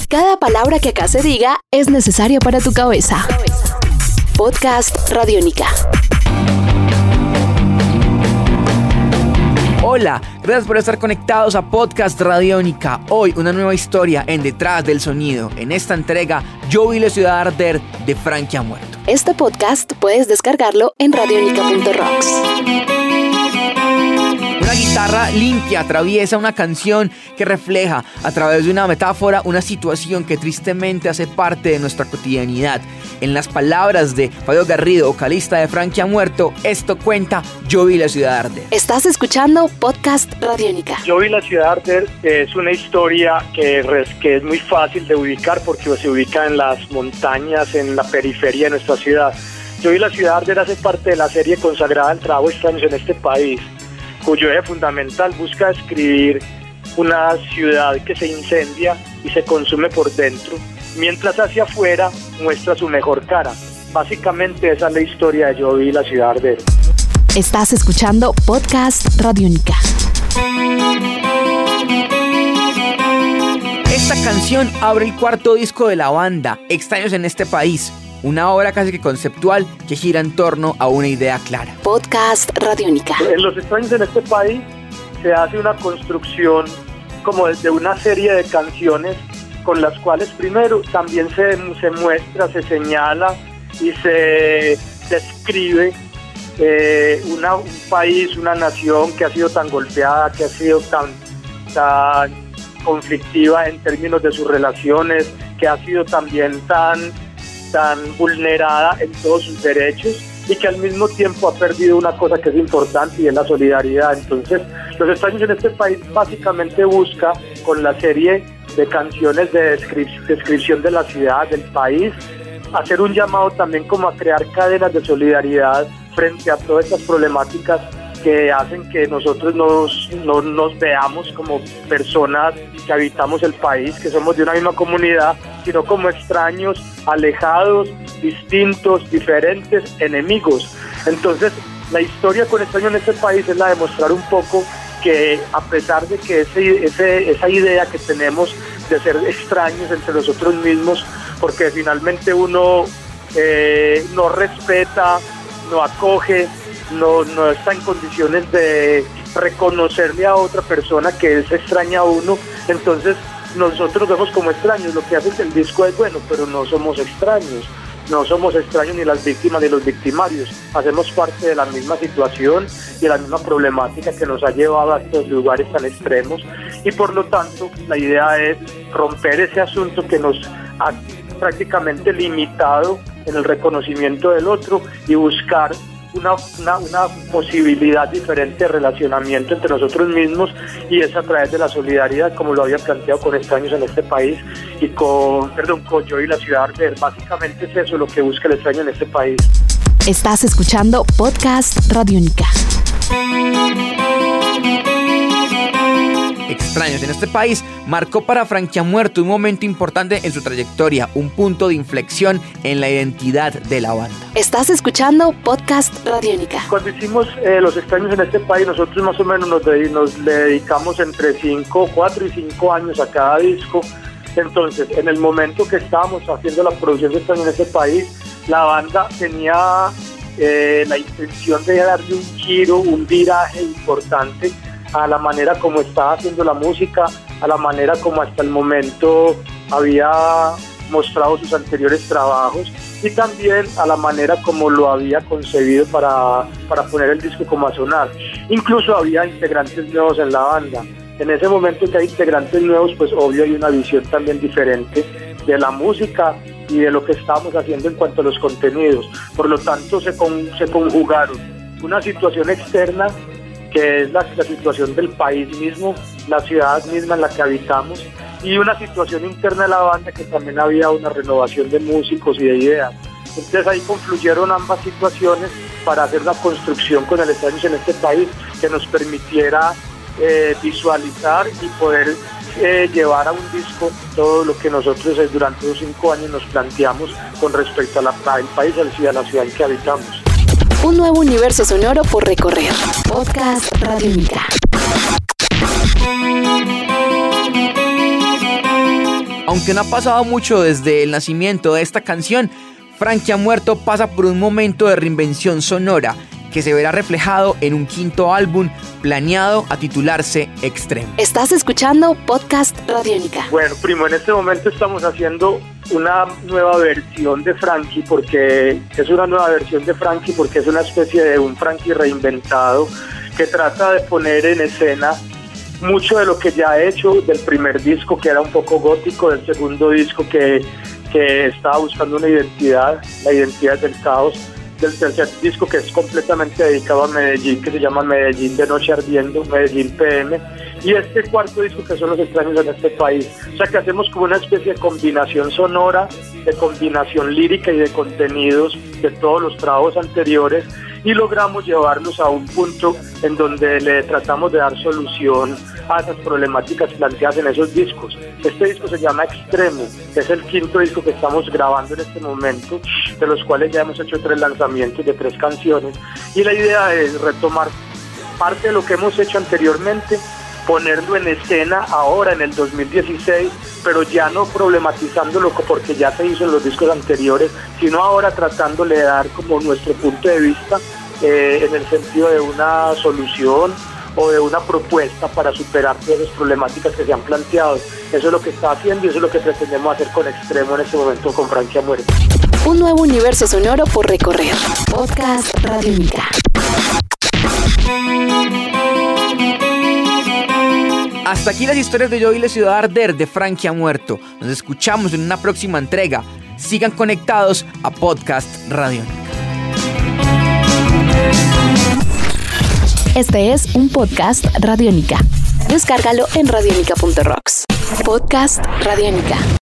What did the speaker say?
Cada palabra que acá se diga es necesaria para tu cabeza. Podcast Radiónica. Hola, gracias por estar conectados a Podcast Radiónica. Hoy una nueva historia en Detrás del Sonido. En esta entrega, Yo vi la ciudad arder de Frankie ha muerto. Este podcast puedes descargarlo en radionica.rocks. Una guitarra limpia atraviesa una canción que refleja a través de una metáfora una situación que tristemente hace parte de nuestra cotidianidad. En las palabras de Fabio Garrido, vocalista de Frankie ha muerto, esto cuenta Yo vi la ciudad arder. Estás escuchando Podcast Radiónica. Yo vi la ciudad arder es una historia que es muy fácil de ubicar porque se ubica en las montañas, en la periferia de nuestra ciudad. Yo vi la ciudad arder hace parte de la serie consagrada al trabajo extraños en este país, cuyo eje fundamental busca describir una ciudad que se incendia y se consume por dentro, mientras hacia afuera muestra su mejor cara. Básicamente esa es la historia de Yo vi la ciudad arder. Estás escuchando Podcast Radiónica. Esta canción abre el cuarto disco de la banda, Extraños en este país. Una obra casi que conceptual que gira en torno a una idea clara. Podcast Radiónica. En Los Extraños en este país se hace una construcción como de una serie de canciones con las cuales primero también se muestra, se señala y se describe un país, una nación que ha sido tan golpeada, que ha sido tan conflictiva en términos de sus relaciones, que ha sido también tan vulnerada en todos sus derechos y que al mismo tiempo ha perdido una cosa que es importante y es la solidaridad. Entonces, Los Extraños en este país básicamente busca, con la serie de canciones de descripción de la ciudad, del país, hacer un llamado también como a crear cadenas de solidaridad frente a todas estas problemáticas que hacen que nosotros no nos veamos como personas que habitamos el país, que somos de una misma comunidad, sino como extraños, alejados, distintos, diferentes, enemigos. Entonces, la historia con Extraños en este país es la de mostrar un poco que a pesar de que esa idea que tenemos de ser extraños entre nosotros mismos, porque finalmente uno no respeta, no acoge, no está en condiciones de reconocerle a otra persona que es extraña a uno, entonces nosotros vemos como extraños. Lo que hace el disco es bueno, pero no somos extraños ni las víctimas ni los victimarios, hacemos parte de la misma situación y de la misma problemática que nos ha llevado a estos lugares tan extremos, y por lo tanto la idea es romper ese asunto que nos ha prácticamente limitado en el reconocimiento del otro y buscar una posibilidad diferente de relacionamiento entre nosotros mismos, y es a través de la solidaridad, como lo había planteado con Extraños en este país y con Yo vi la ciudad arder. Básicamente es eso lo que busca el extraño en este país. Estás escuchando Podcast Radiónica. Extraños en este país marcó para Frankie ha muerto un momento importante en su trayectoria, un punto de inflexión en la identidad de la banda. Estás escuchando Podcast Radiónica. Cuando hicimos Los Extraños en este país, nosotros más o menos nos dedicamos entre 4 y 5 años a cada disco. Entonces, en el momento que estábamos haciendo la producción de Extraños en este país, la banda tenía la intención de darle un giro, un viraje importante a la manera como estaba haciendo la música, a la manera como hasta el momento había mostrado sus anteriores trabajos, y también a la manera como lo había concebido para poner el disco como a sonar. Incluso había integrantes nuevos en la banda. En ese momento que hay integrantes nuevos, pues obvio hay una visión también diferente de la música y de lo que estábamos haciendo en cuanto a los contenidos. Por lo tanto, se conjugaron una situación externa, que es la situación del país mismo, la ciudad misma en la que habitamos, y una situación interna de la banda, que también había una renovación de músicos y de ideas. Entonces ahí confluyeron ambas situaciones para hacer una construcción con el Extraños en este país que nos permitiera visualizar y poder llevar a un disco todo lo que nosotros durante los 5 años nos planteamos con respecto al país y a la ciudad en que habitamos. Un nuevo universo sonoro por recorrer. Podcast Radiónica. Aunque no ha pasado mucho desde el nacimiento de esta canción, Frankie ha muerto pasa por un momento de reinvención sonora que se verá reflejado en un quinto álbum planeado a titularse Extremo. Estás escuchando Podcast Radiónica. Bueno, primo, en este momento estamos haciendo una nueva versión de Frankie, porque es una especie de un Frankie reinventado que trata de poner en escena mucho de lo que ya ha hecho del primer disco, que era un poco gótico, del segundo disco que estaba buscando una identidad, la identidad del caos, del tercer disco que es completamente dedicado a Medellín, que se llama Medellín de Noche Ardiendo, Medellín PM, y este cuarto disco que son Los Extraños en este País. O sea que hacemos como una especie de combinación sonora, de combinación lírica y de contenidos de todos los trabajos anteriores, y logramos llevarlos a un punto en donde le tratamos de dar solución a esas problemáticas planteadas en esos discos. Este disco se llama Extremo, es el quinto disco que estamos grabando en este momento, de los cuales ya hemos hecho 3 lanzamientos de 3 canciones, y la idea es retomar parte de lo que hemos hecho anteriormente, ponerlo en escena ahora en el 2016, pero ya no problematizándolo porque ya se hizo en los discos anteriores, sino ahora tratándole de dar como nuestro punto de vista en el sentido de una solución o de una propuesta para superar todas las problemáticas que se han planteado. Eso es lo que está haciendo y eso es lo que pretendemos hacer con Extremo en este momento con Frankie ha muerto. Un nuevo universo sonoro por recorrer. Podcast Radiónica. Hasta aquí las historias de Yo vi la ciudad arder de Frankie ha muerto. Nos escuchamos en una próxima entrega. Sigan conectados a Podcast Radiónica. Este es un podcast Radiónica. Descárgalo en radionica.rocks. Podcast Radiónica.